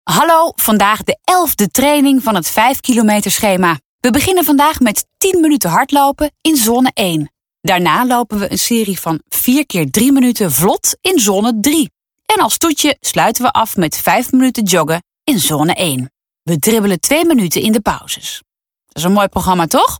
Hallo, vandaag de 11e training van het 5 kilometer schema. We beginnen vandaag met 10 minuten hardlopen in zone 1. Daarna lopen we een serie van 4 keer 3 minuten vlot in zone 3. En als toetje sluiten we af met 5 minuten joggen in zone 1. We dribbelen 2 minuten in de pauzes. Dat is een mooi programma, toch?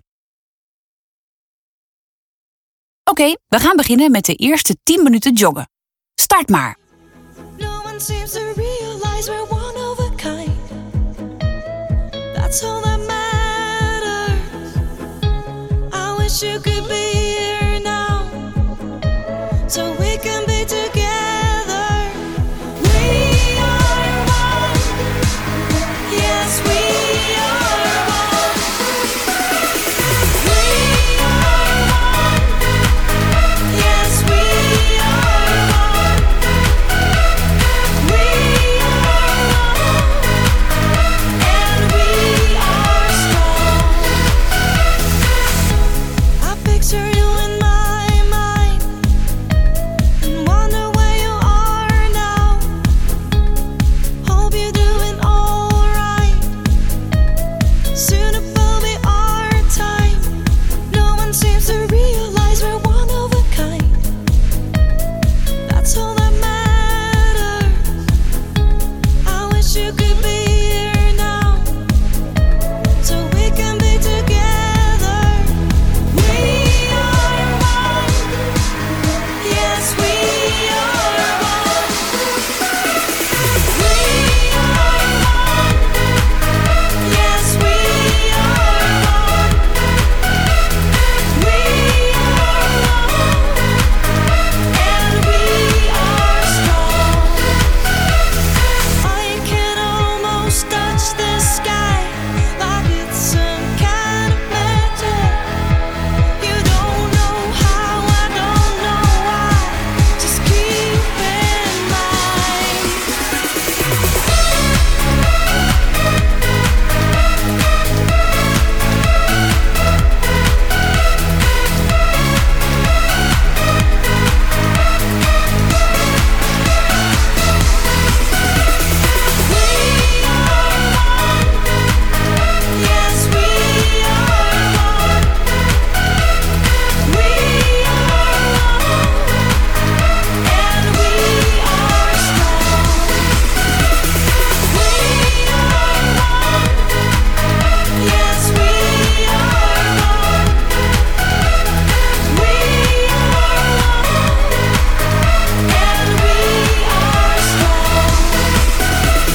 Oké, we gaan beginnen met de eerste 10 minuten joggen. Start maar. No one seems to realize we're one of a kind. That's all that matters. I wish you could be here now, so we can be together. We are one. Yes, we are one. We are one. Yes, we are one. We are one, and we are strong. I picture you in my mind and wonder where you are now. Hope you're doing all right. Soon it will be our time. No one seems to realize we're one of a kind. That's all that matters. I wish you could be here now, so we can be together. We are one. Yes, we are one. We are one. Yes, we are one. We are one, and we are strong. I can almost touch the sky like it's some kind of magic. You don't know how, I don't know why. Just keep in mind. Yes, we are one. We are one, and we are strong. We are one. Yes, we are one. We are one, and we are strong.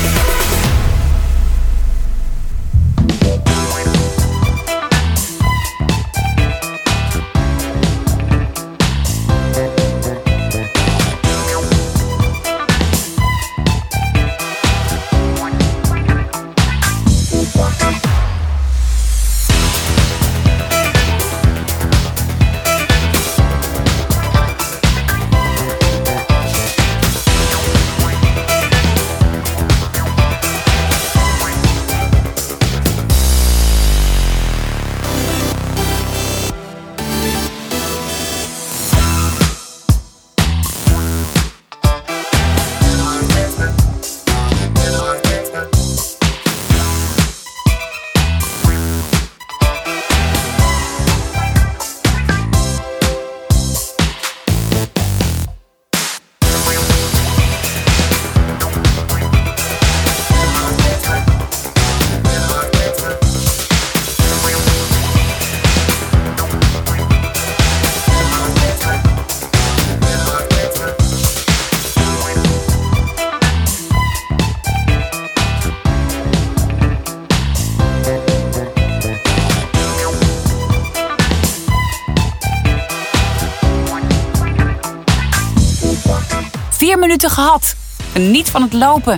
4 minuten gehad. Geniet van het lopen.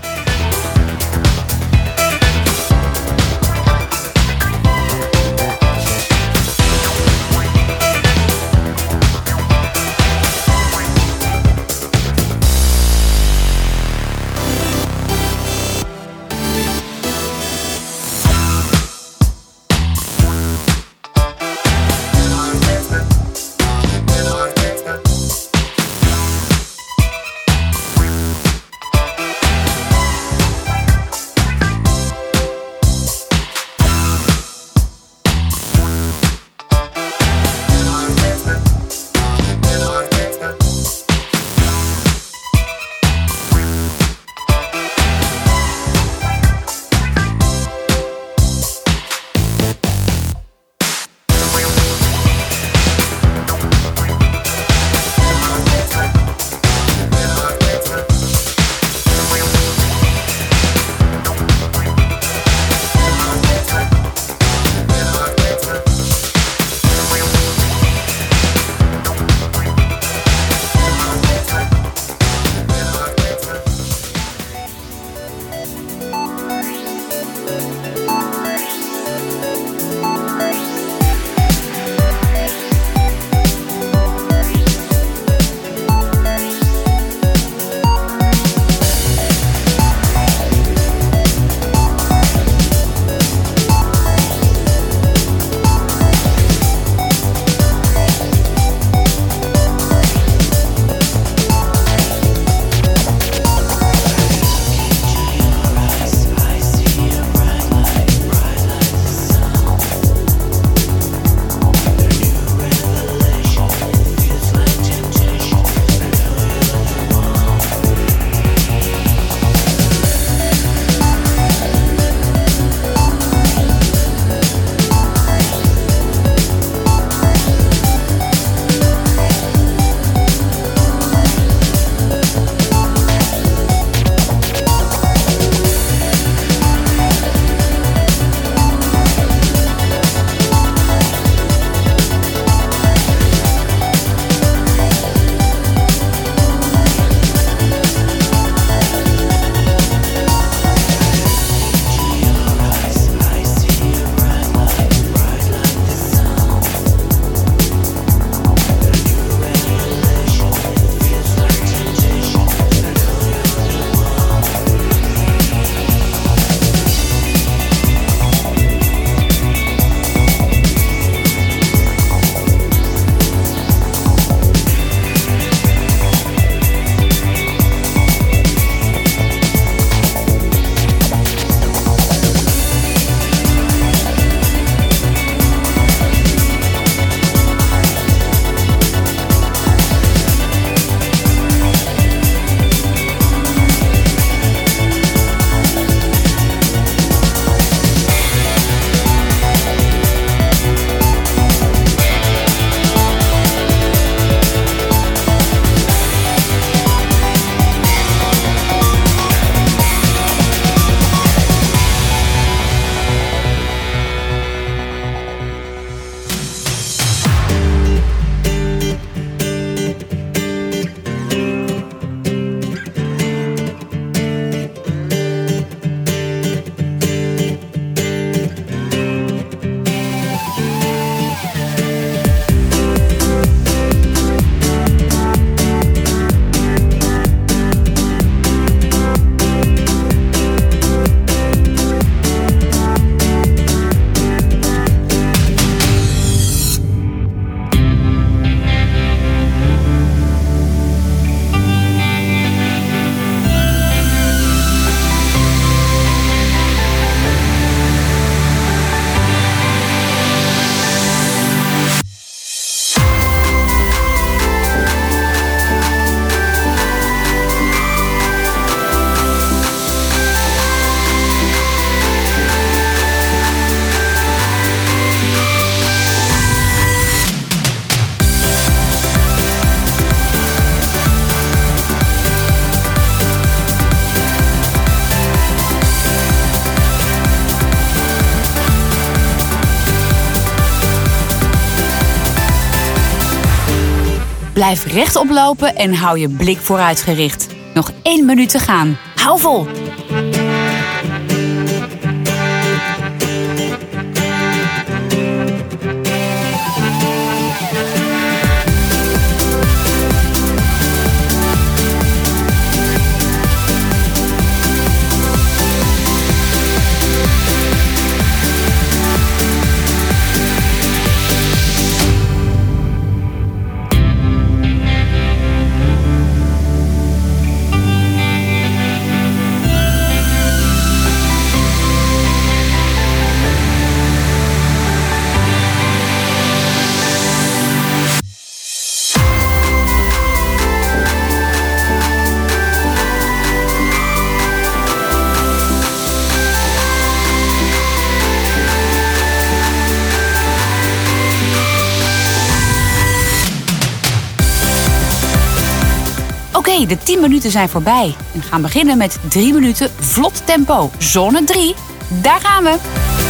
Blijf rechtop lopen en hou je blik vooruit gericht. Nog 1 minuut te gaan. Hou vol! Oké, de 10 minuten zijn voorbij. En we gaan beginnen met 3 minuten vlot tempo. Zone 3, daar gaan we!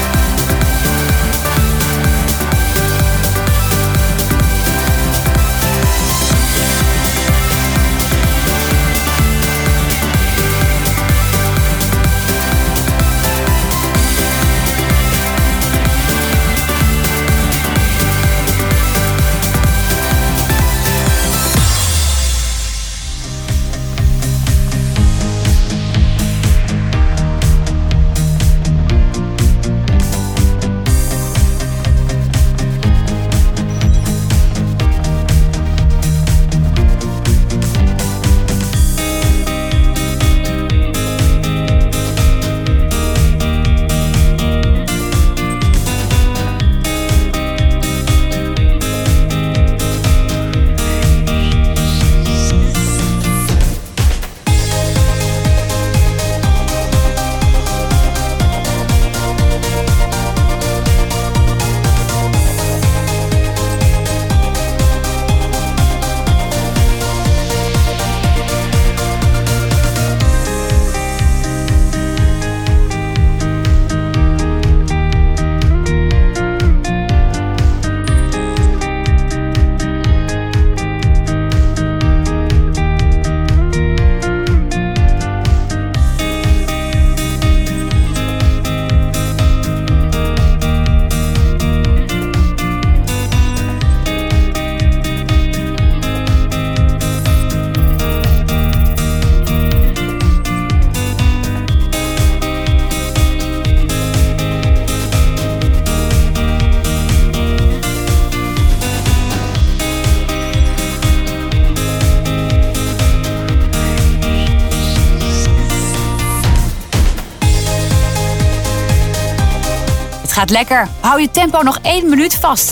Gaat lekker. Hou je tempo nog 1 minuut vast.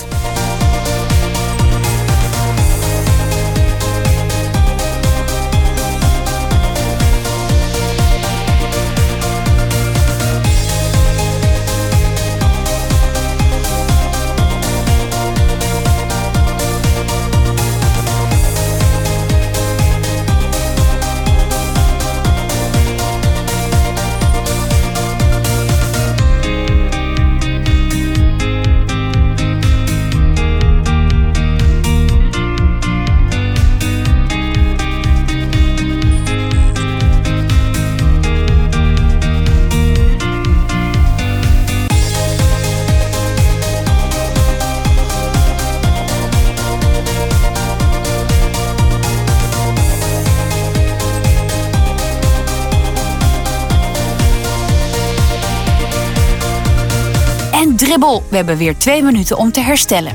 En dribbel. We hebben weer 2 minuten om te herstellen.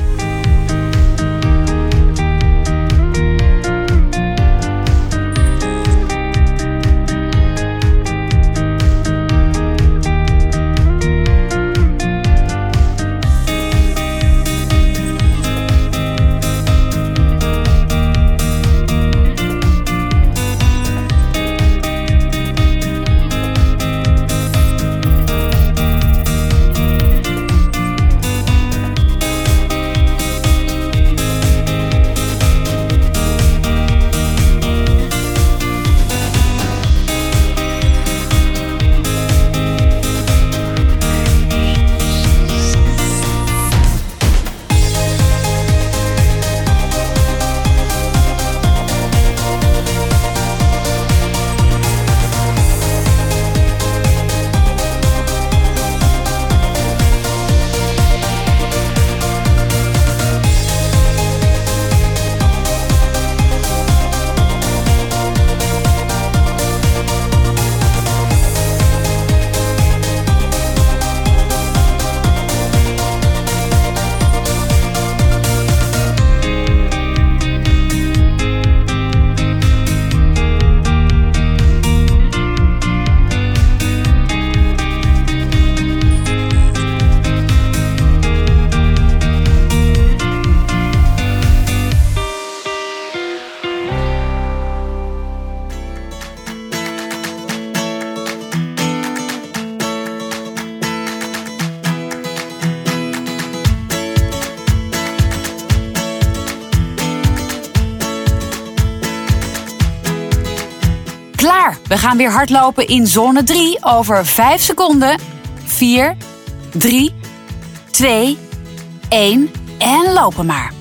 We gaan weer hardlopen in zone 3 over 5 seconden. 4, 3, 2, 1 en lopen maar.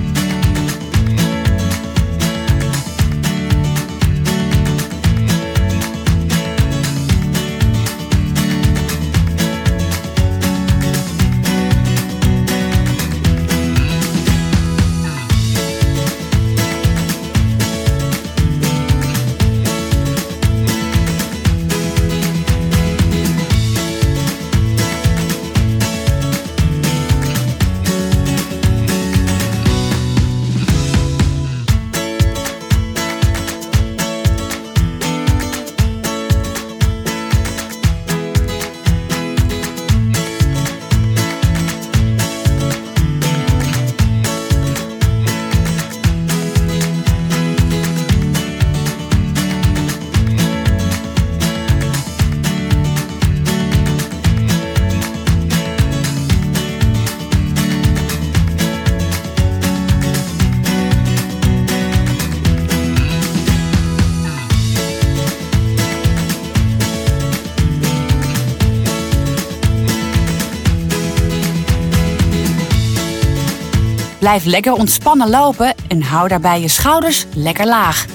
Blijf lekker ontspannen lopen en hou daarbij je schouders lekker laag.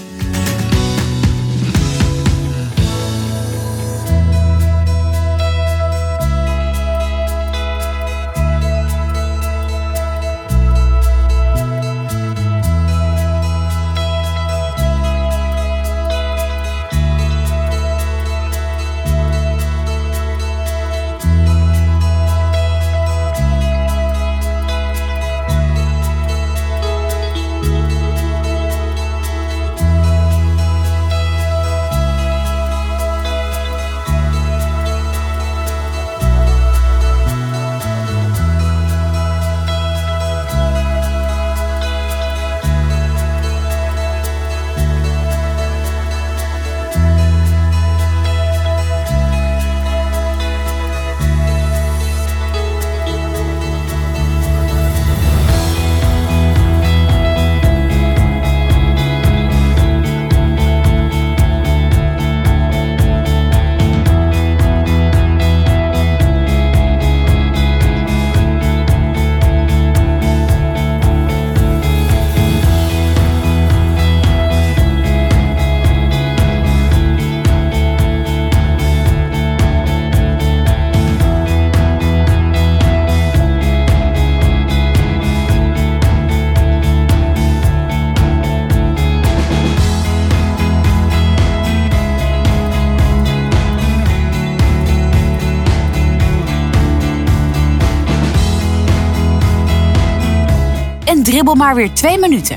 En dribbel maar weer 2 minuten.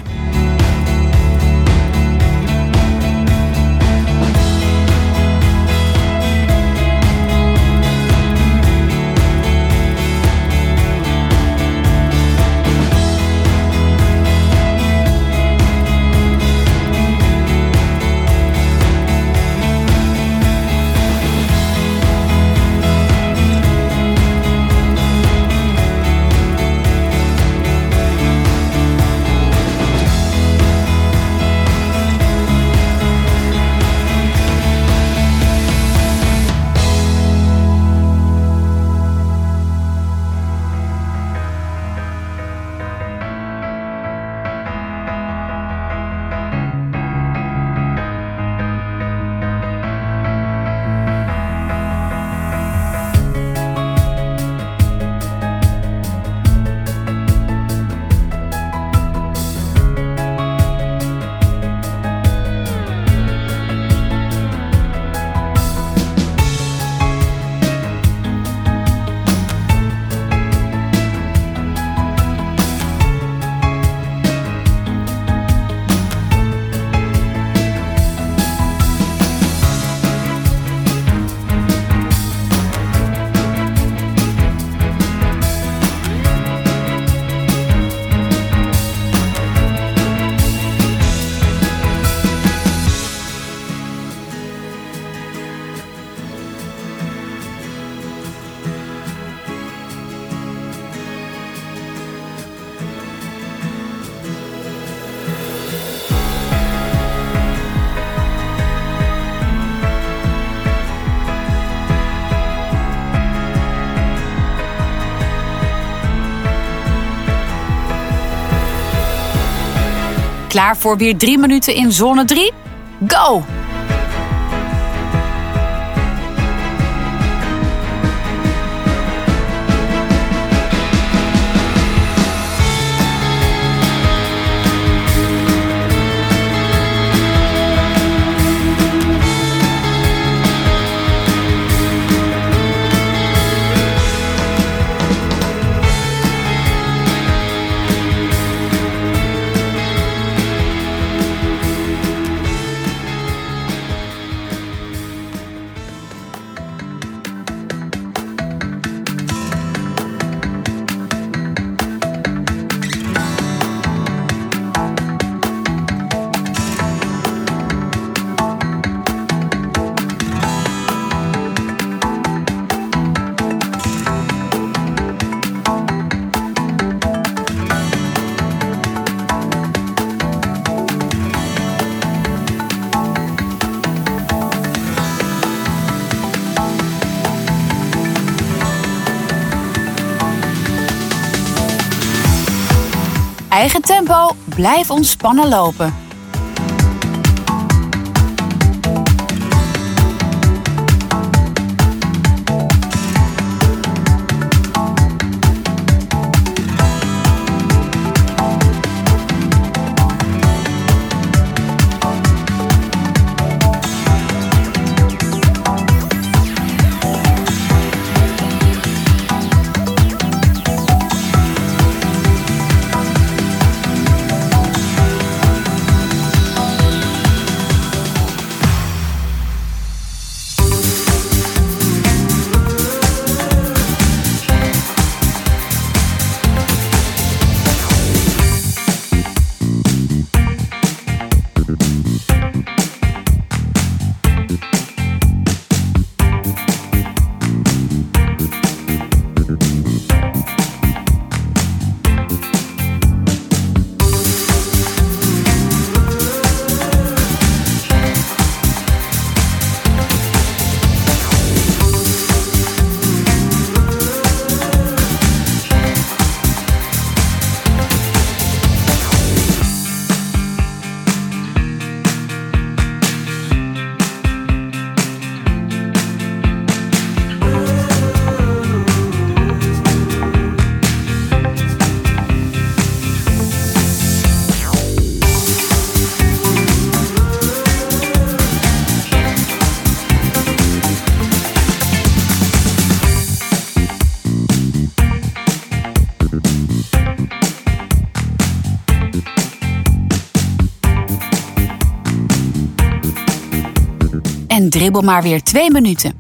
Klaar voor weer 3 minuten in zone 3? Go! Eigen tempo, blijf ontspannen lopen. En dribbel maar weer 2 minuten.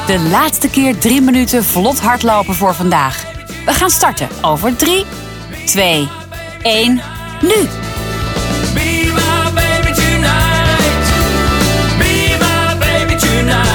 De laatste keer 3 minuten vlot hardlopen voor vandaag. We gaan starten over 3, 2, 1, nu! Be my baby tonight. Be my baby tonight.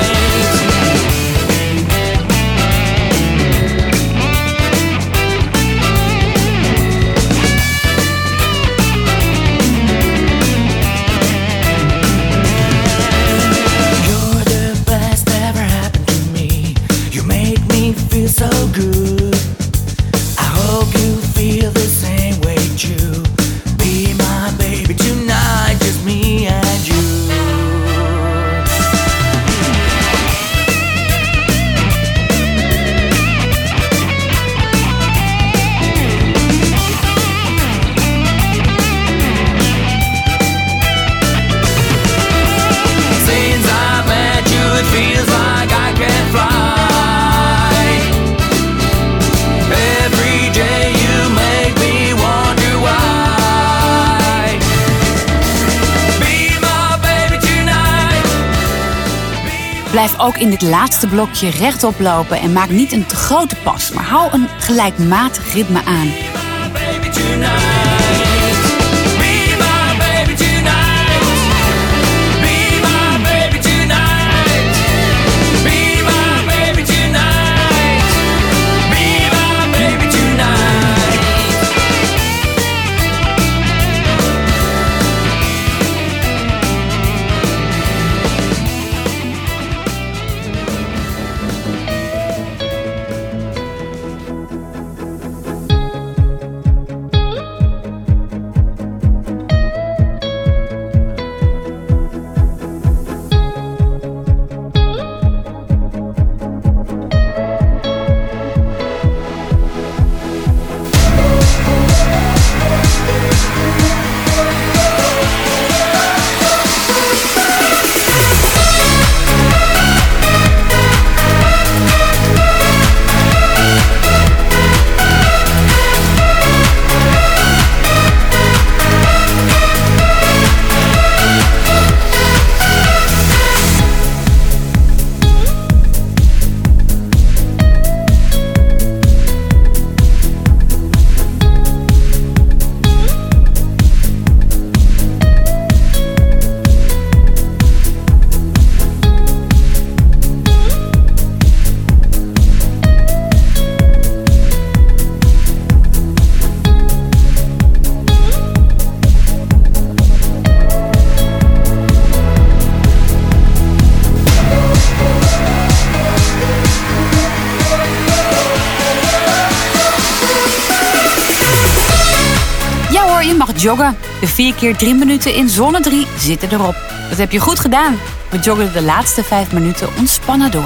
You're the best ever happened to me. You make me feel so good. I hope you feel the same way too. Be my baby tonight, just me and you. Since I met you, it feels like I can fly. Every day you make me wonder why. Be my baby tonight. Blijf ook in dit laatste blokje rechtop lopen en maak niet een te grote pas, maar hou een gelijkmatig ritme aan. Be my baby tonight. Be my baby tonight. Be my baby tonight. Be my baby tonight. Be my baby tonight. Ja hoor, je mag joggen. De 4 keer 3 minuten in zone 3 zitten erop. Dat heb je goed gedaan. We joggen de laatste 5 minuten ontspannen door.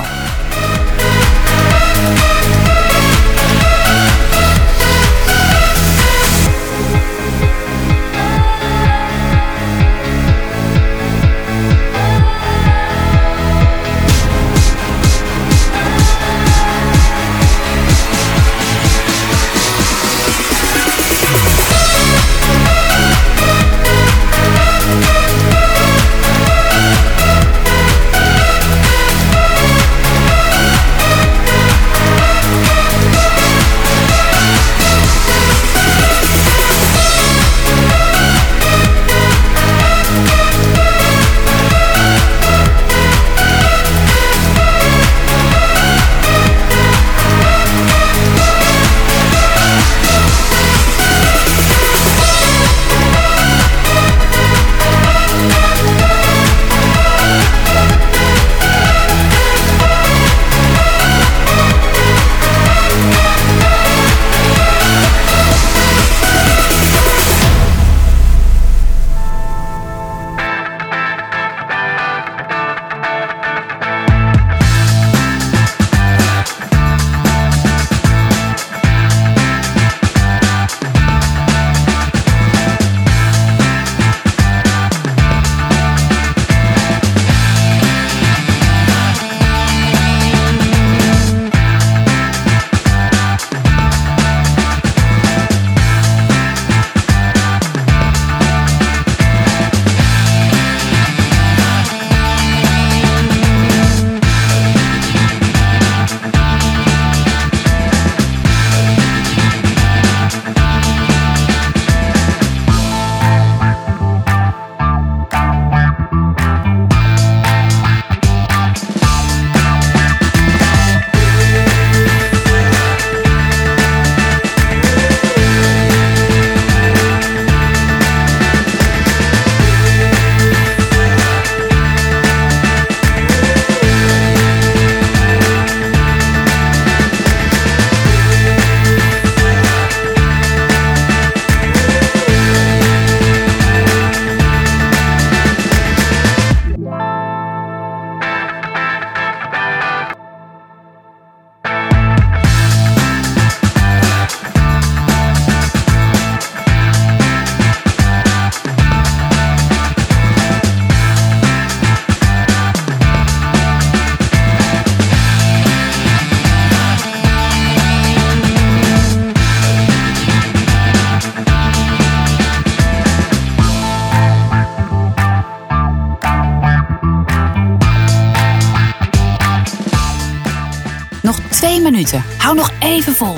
2 minuten. Hou nog even vol.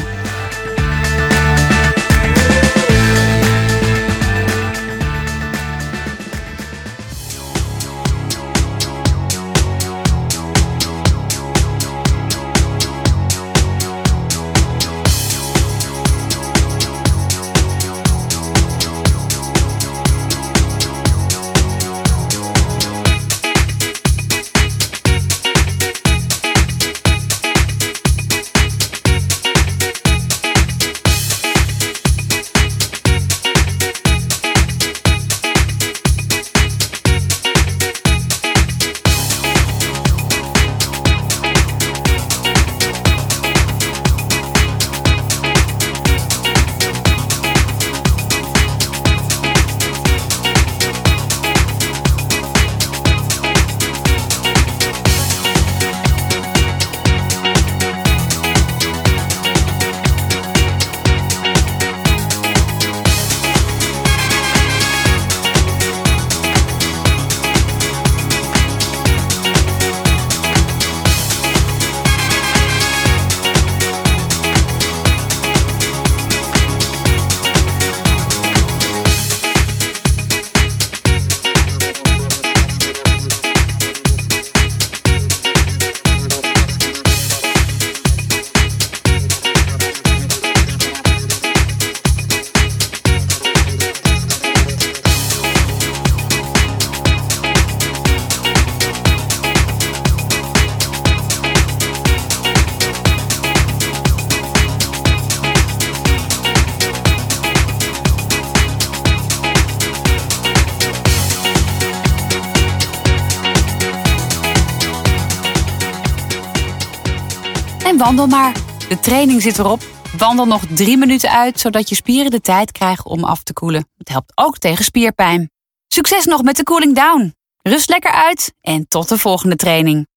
En wandel maar. De training zit erop. Wandel nog 3 minuten uit, zodat je spieren de tijd krijgen om af te koelen. Het helpt ook tegen spierpijn. Succes nog met de cooling down. Rust lekker uit en tot de volgende training.